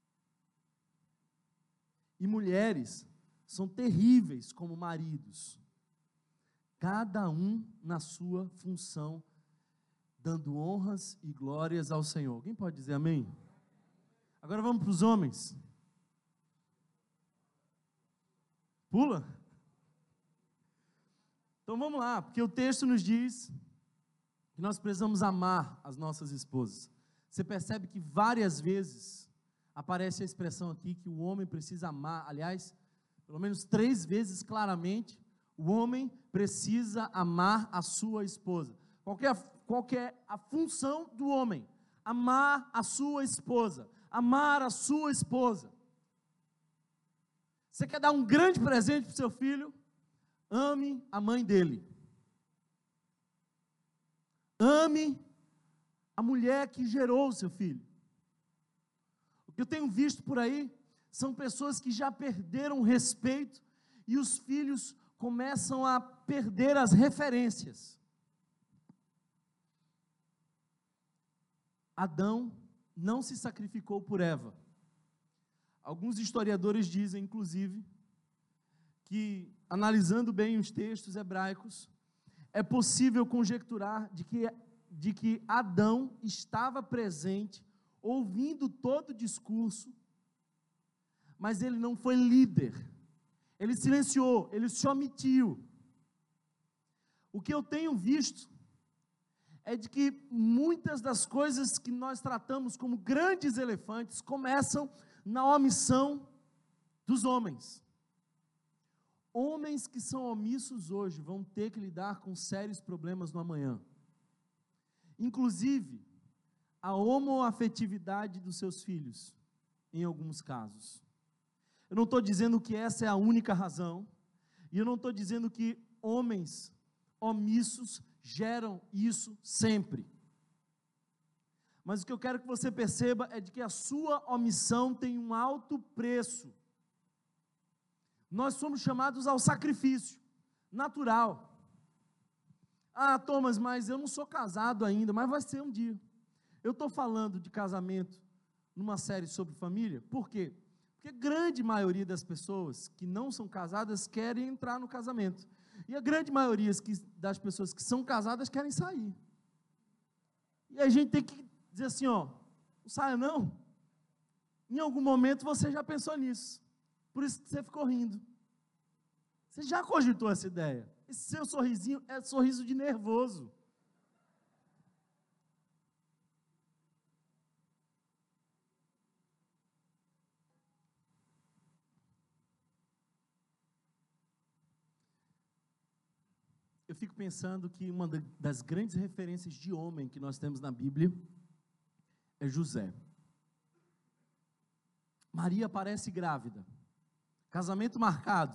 E mulheres são terríveis como maridos. Cada um na sua função, dando honras e glórias ao Senhor. Alguém pode dizer amém? Agora vamos para os homens. Pula? Então vamos lá, porque o texto nos diz que nós precisamos amar as nossas esposas. Você percebe que várias vezes aparece a expressão aqui que o homem precisa amar, aliás, pelo menos 3 vezes claramente, o homem precisa amar a sua esposa. Qual que é a função do homem? Amar a sua esposa, amar a sua esposa. Você quer dar um grande presente para o seu filho? Ame a mãe dele. Ame a mulher que gerou o seu filho. O que eu tenho visto por aí São pessoas que já perderam o respeito e os filhos começam a perder as referências. Adão não se sacrificou por Eva. Alguns historiadores dizem, inclusive, que, analisando bem os textos hebraicos, é possível conjecturar de que Adão estava presente, ouvindo todo o discurso, mas ele não foi líder, ele silenciou, ele se omitiu. O que eu tenho visto é de que muitas das coisas que nós tratamos como grandes elefantes começam na omissão dos homens. Homens que são omissos hoje vão ter que lidar com sérios problemas no amanhã. Inclusive, a homoafetividade dos seus filhos, em alguns casos. Eu não estou dizendo que essa é a única razão, e eu não estou dizendo que homens omissos geram isso sempre. Mas o que eu quero que você perceba é de que a sua omissão tem um alto preço. Nós somos chamados ao sacrifício natural. Ah, Thomas, mas eu não sou casado ainda, mas vai ser um dia. Eu estou falando de casamento numa série sobre família, por quê? Porque a grande maioria das pessoas que não são casadas querem entrar no casamento. E a grande maioria das pessoas que são casadas querem sair. E a gente tem que dizer assim, ó, não saia não. Em algum momento você já pensou nisso. Por isso que você ficou rindo. Você já cogitou essa ideia. Esse seu sorrisinho é sorriso de nervoso. Eu fico pensando que uma das grandes referências de homem que nós temos na Bíblia é José. Maria aparece grávida, casamento marcado.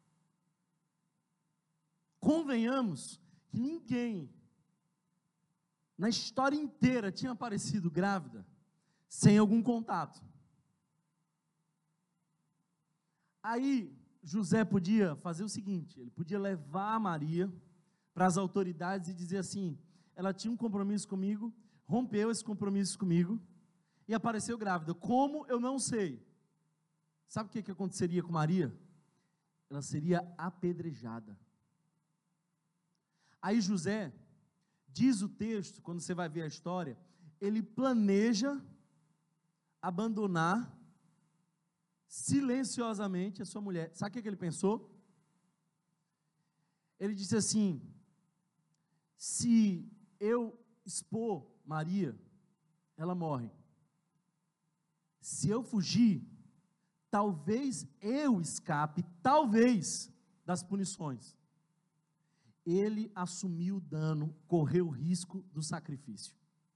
Convenhamos que ninguém na história inteira tinha aparecido grávida sem algum contato. Aí José podia fazer o seguinte, ele podia levar Maria para as autoridades e dizer assim, ela tinha um compromisso comigo, rompeu esse compromisso comigo e apareceu grávida. Como? Eu não sei. Sabe o que aconteceria com Maria? Ela seria apedrejada. Aí José, diz o texto, quando você vai ver a história, ele planeja abandonar silenciosamente a sua mulher. Sabe o que ele pensou? Ele disse assim, se eu expor Maria, ela morre. Se eu fugir, talvez eu escape, talvez, das punições. Ele assumiu o dano, correu o risco do sacrifício.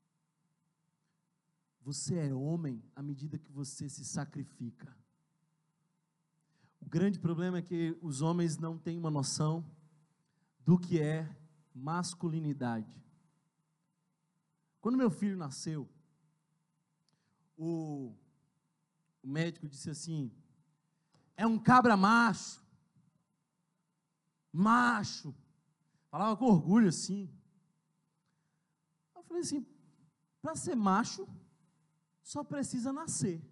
Você é homem à medida que você se sacrifica. O grande problema é que os homens não têm uma noção do que é masculinidade. Quando meu filho nasceu, o médico disse assim, é um cabra macho, falava com orgulho assim. Eu falei assim, para ser macho, só precisa nascer.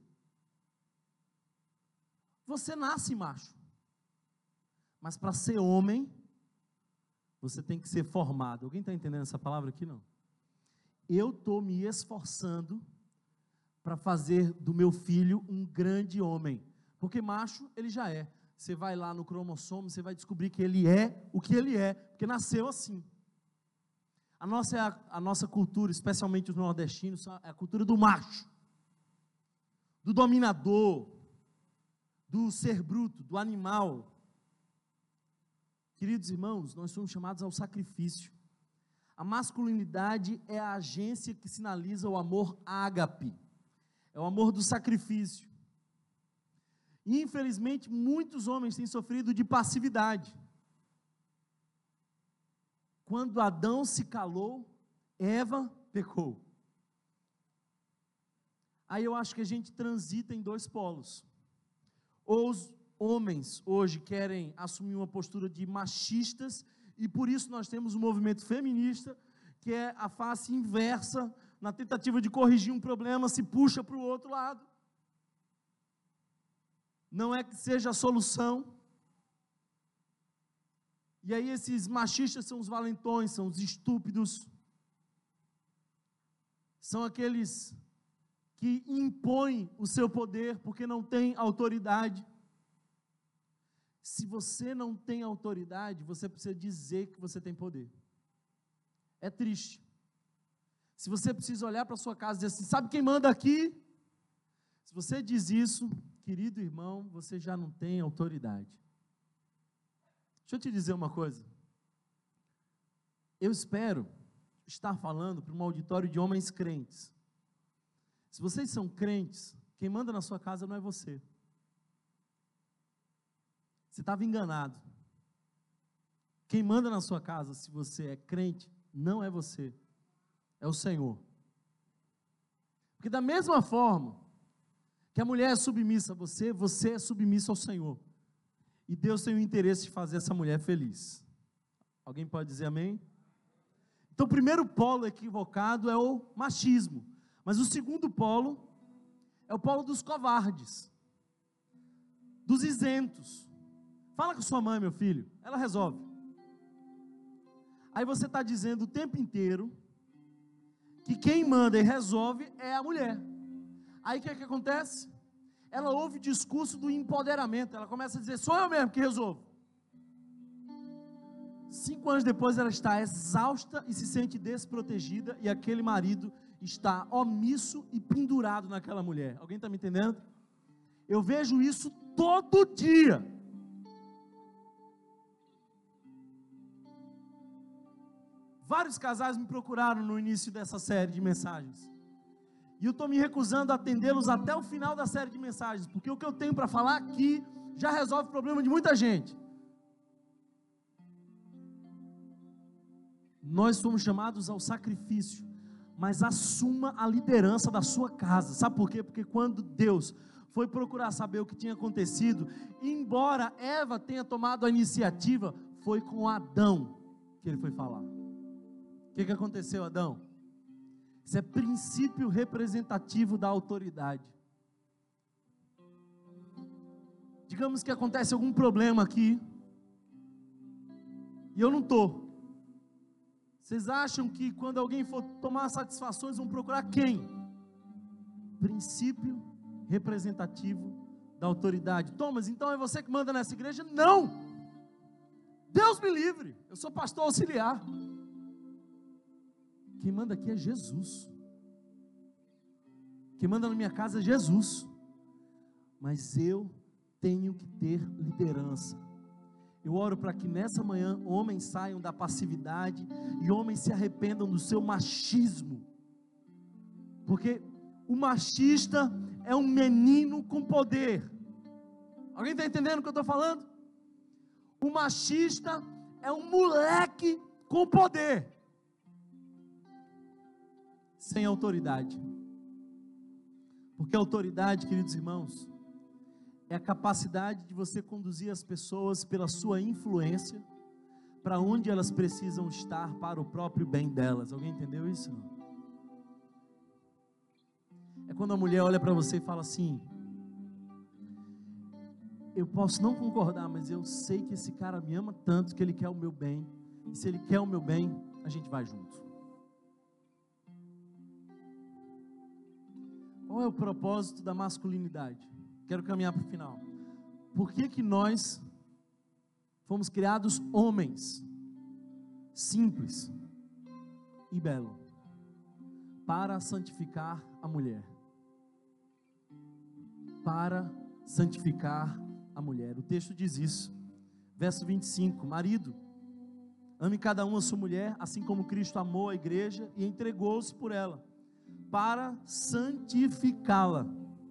Você nasce macho, mas para ser homem, você tem que ser formado. Alguém está entendendo essa palavra aqui? Não. Eu estou me esforçando para fazer do meu filho um grande homem, porque macho ele já é. Você vai lá no cromossomo, você vai descobrir que ele é o que ele é, porque nasceu assim. A nossa cultura, especialmente os nordestinos, é a cultura do macho, do dominador, do ser bruto, do animal. Queridos irmãos, nós somos chamados ao sacrifício. A masculinidade é a agência que sinaliza o amor ágape, é o amor do sacrifício. E, infelizmente, muitos homens têm sofrido de passividade. Quando Adão se calou, Eva pecou. Aí eu acho que a gente transita em dois polos. Ou os homens hoje querem assumir uma postura de machistas, e por isso nós temos um movimento feminista, que é a face inversa, na tentativa de corrigir um problema, se puxa para o outro lado. Não é que seja a solução. E aí esses machistas são os valentões, são os estúpidos, são aqueles que impõem o seu poder porque não têm autoridade. Se você não tem autoridade, você precisa dizer que você tem poder. É triste. Se você precisa olhar para a sua casa e dizer assim, sabe quem manda aqui? Se você diz isso, querido irmão, você já não tem autoridade. Deixa eu te dizer uma coisa. Eu espero estar falando para um auditório de homens crentes. Se vocês são crentes, quem manda na sua casa não é você. Você estava enganado. Quem manda na sua casa, se você é crente, não é você, é o Senhor. Porque da mesma forma que a mulher é submissa a você, você é submisso ao Senhor. E Deus tem o interesse de fazer essa mulher feliz. Alguém pode dizer amém? Então o primeiro polo equivocado é o machismo. Mas o segundo polo é o polo dos covardes, dos isentos. Fala com sua mãe, meu filho, ela resolve. Aí você está dizendo o tempo inteiro que quem manda e resolve é a mulher. Aí o que acontece? Ela ouve o discurso do empoderamento, ela começa a dizer, sou eu mesmo que resolvo. 5 anos depois ela está exausta e se sente desprotegida, e aquele marido está omisso e pendurado naquela mulher. Alguém está me entendendo? Eu vejo isso todo dia. Vários casais me procuraram no início dessa série de mensagens, e eu estou me recusando a atendê-los até o final da série de mensagens, porque o que eu tenho para falar aqui já resolve o problema de muita gente. Nós somos chamados ao sacrifício, mas assuma a liderança da sua casa. Sabe por quê? Porque quando Deus foi procurar saber o que tinha acontecido, embora Eva tenha tomado a iniciativa, foi com Adão que ele foi falar. O que aconteceu, Adão? Isso é princípio representativo da autoridade. Digamos que acontece algum problema aqui, e eu não estou. Vocês acham que quando alguém for tomar satisfações, vão procurar quem? Princípio representativo da autoridade. Thomas, então é você que manda nessa igreja? Não! Deus me livre, eu sou pastor auxiliar. Quem manda aqui é Jesus. Quem manda na minha casa é Jesus. Mas eu tenho que ter liderança. Eu oro para que nessa manhã homens saiam da passividade e homens se arrependam do seu machismo. Porque o machista é um menino com poder. Alguém está entendendo o que eu estou falando? O machista é um moleque com poder, sem autoridade. Porque a autoridade, queridos irmãos, é a capacidade de você conduzir as pessoas pela sua influência para onde elas precisam estar para o próprio bem delas. Alguém entendeu isso? É quando a mulher olha para você e fala assim: eu posso não concordar, mas eu sei que esse cara me ama tanto que ele quer o meu bem, e se ele quer o meu bem, a gente vai junto. Qual é o propósito da masculinidade? Quero caminhar para o final. Por que nós fomos criados homens, simples e belo? Para santificar a mulher. Para santificar a mulher. O texto diz isso. Verso 25. Marido, ame cada um a sua mulher, assim como Cristo amou a igreja e entregou-se por ela, para santificá-la.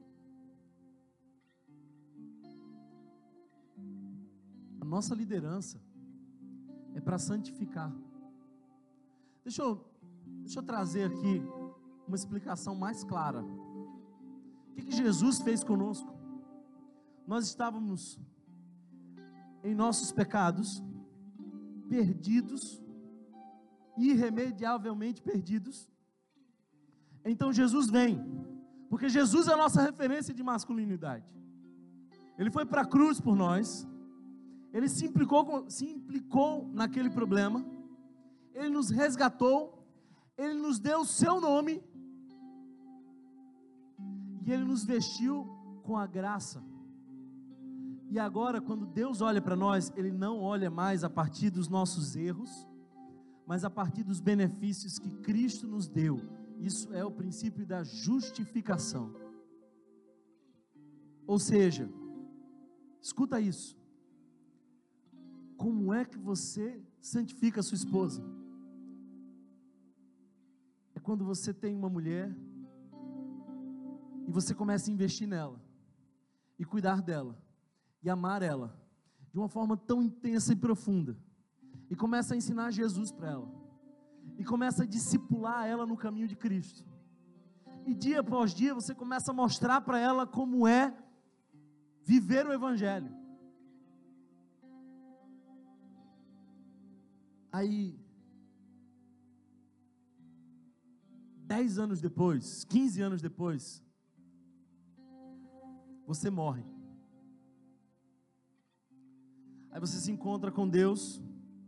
A nossa liderança é para santificar. Deixa eu trazer aqui uma explicação mais clara. O que Jesus fez conosco? nós estávamos em nossos pecados, perdidos, irremediavelmente perdidos. Então Jesus vem, porque Jesus é a nossa referência de masculinidade. Ele foi para a cruz por nós, Ele se implicou naquele problema, Ele nos resgatou, Ele nos deu o seu nome, e Ele nos vestiu com a graça. E agora, quando Deus olha para nós, Ele não olha mais a partir dos nossos erros, mas a partir dos benefícios que Cristo nos deu. Isso é o princípio da justificação. Ou seja, escuta isso. Como é que você santifica a sua esposa? É quando você tem uma mulher e você começa a investir nela, e cuidar dela, e amar ela, de uma forma tão intensa e profunda, e começa a ensinar Jesus para ela, e começa a discipular ela no caminho de Cristo, e dia após dia você começa a mostrar para ela como é viver o Evangelho. Aí, 10 anos depois, 15 anos depois, você morre. Aí você se encontra com Deus,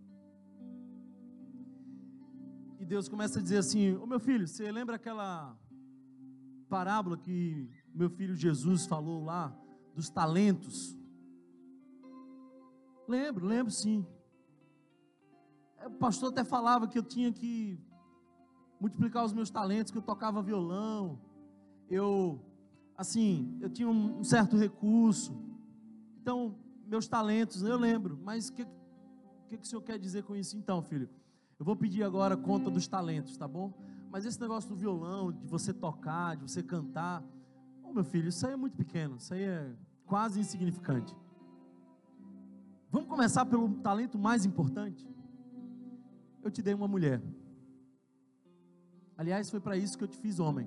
e Deus começa a dizer assim: ô meu filho, você lembra aquela parábola que meu filho Jesus falou lá, dos talentos? Lembro sim. O pastor até falava que eu tinha que multiplicar os meus talentos, que eu tocava violão, eu tinha um certo recurso, então, meus talentos, eu lembro, mas o que o senhor quer dizer com isso? Então, filho, eu vou pedir agora conta dos talentos, tá bom? Mas esse negócio do violão, de você tocar, de você cantar, meu filho, isso aí é muito pequeno, isso aí é quase insignificante. Vamos começar pelo talento mais importante? Eu te dei uma mulher. Aliás, foi para isso que eu te fiz homem.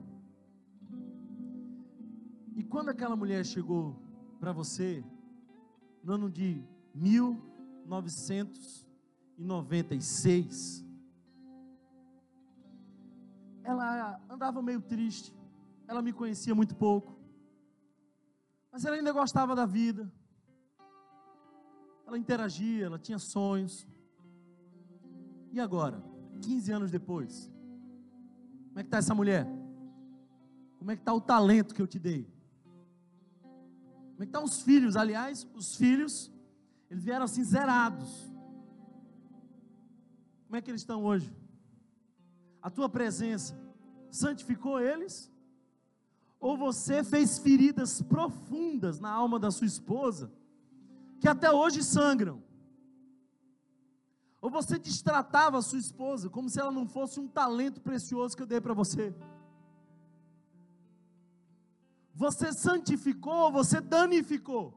E quando aquela mulher chegou para você, no ano de 1996, ela andava meio triste, ela me conhecia muito pouco, mas ela ainda gostava da vida, ela interagia, ela tinha sonhos. E agora, 15 anos depois, como é que está essa mulher? Como é que está o talento que eu te dei? Como é que estão os filhos? Aliás, os filhos, eles vieram assim zerados. Como é que eles estão hoje? A tua presença santificou eles? Ou você fez feridas profundas na alma da sua esposa, que até hoje sangram? Ou você destratava a sua esposa como se ela não fosse um talento precioso que eu dei para você? Você santificou ou você danificou?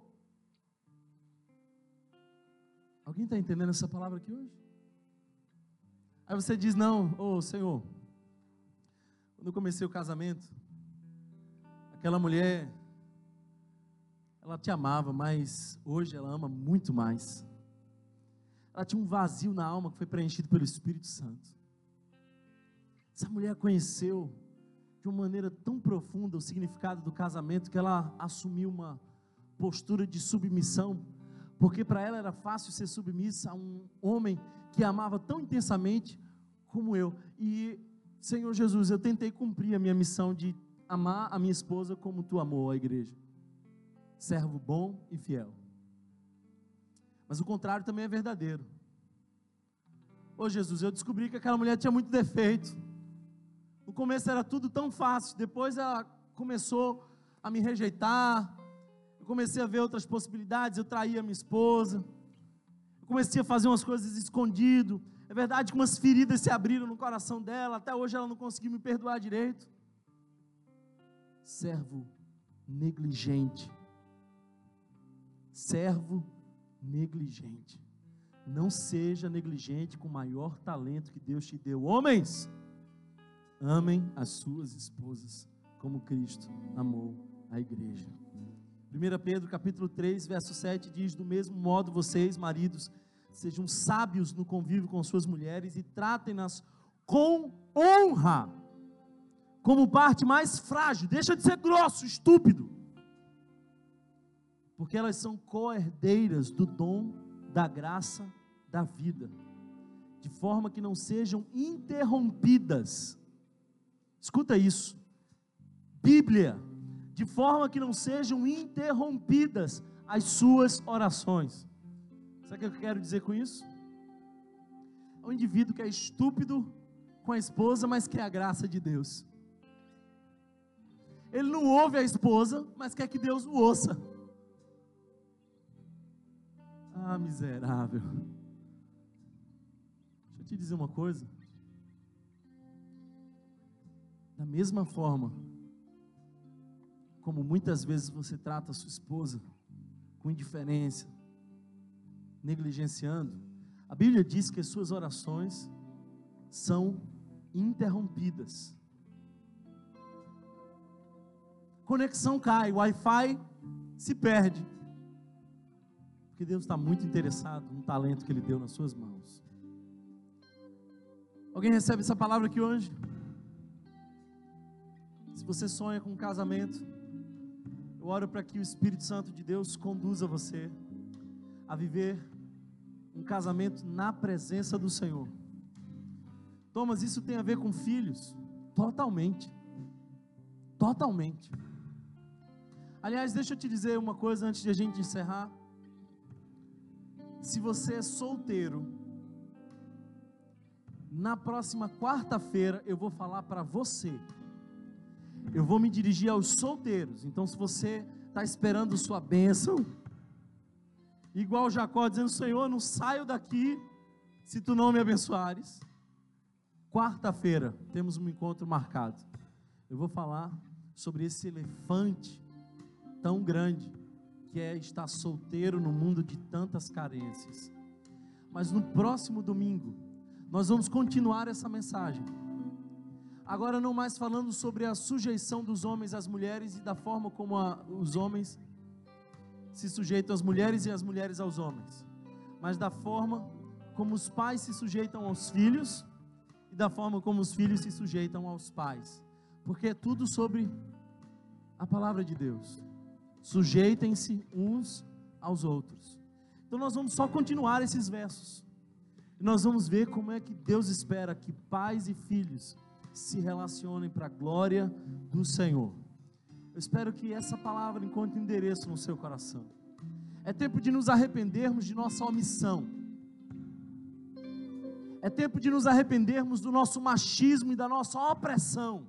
Alguém está entendendo essa palavra aqui hoje? Aí você diz: não, ô Senhor, quando eu comecei o casamento, aquela mulher, ela te amava, mas hoje ela ama muito mais. Ela tinha um vazio na alma que foi preenchido pelo Espírito Santo. Essa mulher conheceu de uma maneira tão profunda o significado do casamento, que ela assumiu uma postura de submissão, porque para ela era fácil ser submissa a um homem que amava tão intensamente como eu. E, Senhor Jesus, eu tentei cumprir a minha missão de amar a minha esposa como tu amou a igreja, servo bom e fiel. Mas o contrário também é verdadeiro. Ô Jesus, eu descobri que aquela mulher tinha muito defeito. No começo era tudo tão fácil, depois ela começou a me rejeitar, eu comecei a ver outras possibilidades, eu traía minha esposa, eu comecei a fazer umas coisas escondido. É verdade que umas feridas se abriram no coração dela, até hoje ela não conseguiu me perdoar direito. Servo negligente. Servo negligente. Não seja negligente com o maior talento que Deus te deu. Homens, amem as suas esposas como Cristo amou a igreja. 1 Pedro capítulo 3, verso 7 diz: do mesmo modo vocês, maridos, sejam sábios no convívio com suas mulheres e tratem-nas com honra, como parte mais frágil. Deixa de ser grosso, estúpido, porque elas são co-herdeiras do dom da graça da vida, de forma que não sejam interrompidas. Escuta isso, Bíblia, de forma que não sejam interrompidas as suas orações. Sabe o que eu quero dizer com isso? É um indivíduo que é estúpido com a esposa, mas quer a graça de Deus. Ele não ouve a esposa, mas quer que Deus o ouça. Ah, miserável. Deixa eu te dizer uma coisa. Da mesma forma como muitas vezes você trata a sua esposa com indiferença, negligenciando, a Bíblia diz que as suas orações são interrompidas. Conexão cai, o Wi-Fi se perde, porque Deus está muito interessado no talento que Ele deu nas suas mãos. Alguém recebe essa palavra aqui hoje? Se você sonha com um casamento, eu oro para que o Espírito Santo de Deus conduza você a viver um casamento na presença do Senhor. Thomas, isso tem a ver com filhos? Totalmente. Totalmente. Aliás, deixa eu te dizer uma coisa antes de a gente encerrar. Se você é solteiro, na próxima quarta-feira eu vou falar para você. Eu vou me dirigir aos solteiros. Então, se você está esperando sua bênção, igual Jacó dizendo: Senhor, eu não saio daqui se tu não me abençoares. Quarta-feira temos um encontro marcado. Eu vou falar sobre esse elefante tão grande que é estar solteiro no mundo de tantas carências. Mas no próximo domingo nós vamos continuar essa mensagem. Agora não mais falando sobre a sujeição dos homens às mulheres e da forma como os homens se sujeitam às mulheres e as mulheres aos homens, mas da forma como os pais se sujeitam aos filhos e da forma como os filhos se sujeitam aos pais, porque é tudo sobre a palavra de Deus. Sujeitem-se uns aos outros. Então nós vamos só continuar esses versos e nós vamos ver como é que Deus espera que pais e filhos se relacionem para a glória do Senhor. Eu espero que essa palavra encontre endereço no seu coração. É tempo de nos arrependermos de nossa omissão. É tempo de nos arrependermos do nosso machismo e da nossa opressão.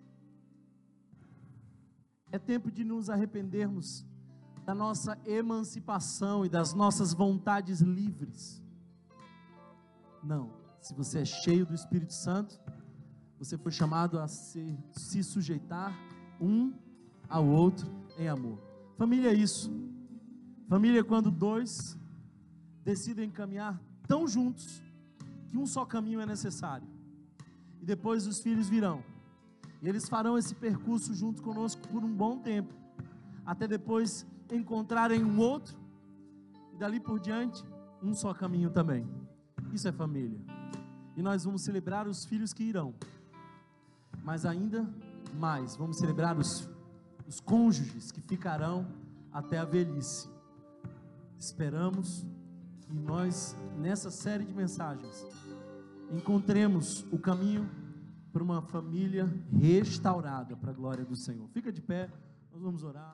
É tempo de nos arrependermos da nossa emancipação e das nossas vontades livres. Não, se você é cheio do Espírito Santo, você foi chamado a se sujeitar um ao outro em amor. Família é isso. Família é quando dois decidem caminhar tão juntos que um só caminho é necessário. E depois os filhos virão. E eles farão esse percurso junto conosco por um bom tempo, até depois encontrarem um outro, e dali por diante, um só caminho também. Isso é família. E nós vamos celebrar os filhos que irão, mas ainda mais, vamos celebrar os cônjuges que ficarão até a velhice. Esperamos que nós, nessa série de mensagens, encontremos o caminho para uma família restaurada para a glória do Senhor. Fica de pé, nós vamos orar.